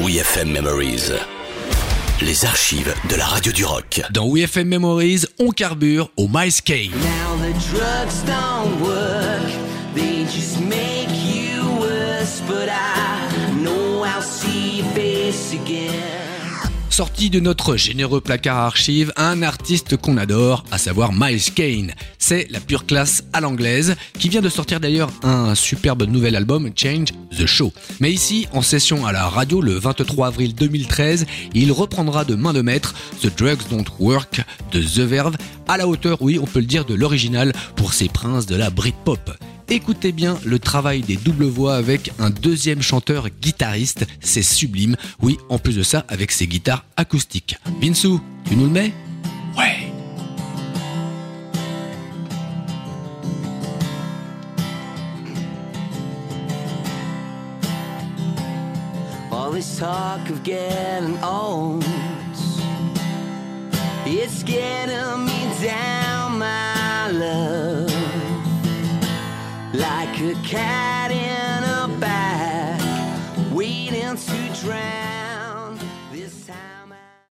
WeFM Memories. Les archives de la radio du rock. Dans WeFM Memories, on carbure au Miles Kane. Now the drugs don't work, they just make you worse, but I know I'll see your face again. Sorti de notre généreux placard archive, un artiste qu'on adore, à savoir Miles Kane. C'est la pure classe à l'anglaise, qui vient de sortir d'ailleurs un superbe nouvel album, Change the Show. Mais ici, en session à la radio le 23 avril 2013, il reprendra de main de maître The Drugs Don't Work de The Verve, à la hauteur, oui, on peut le dire, de l'original pour ces princes de la Britpop. Écoutez bien le travail des doubles voix avec un deuxième chanteur-guitariste, c'est sublime. Oui, en plus de ça, avec ses guitares acoustiques. Binsou, tu nous le mets ? Ouais. All this talk of getting old, it's getting me down, my love, like a cat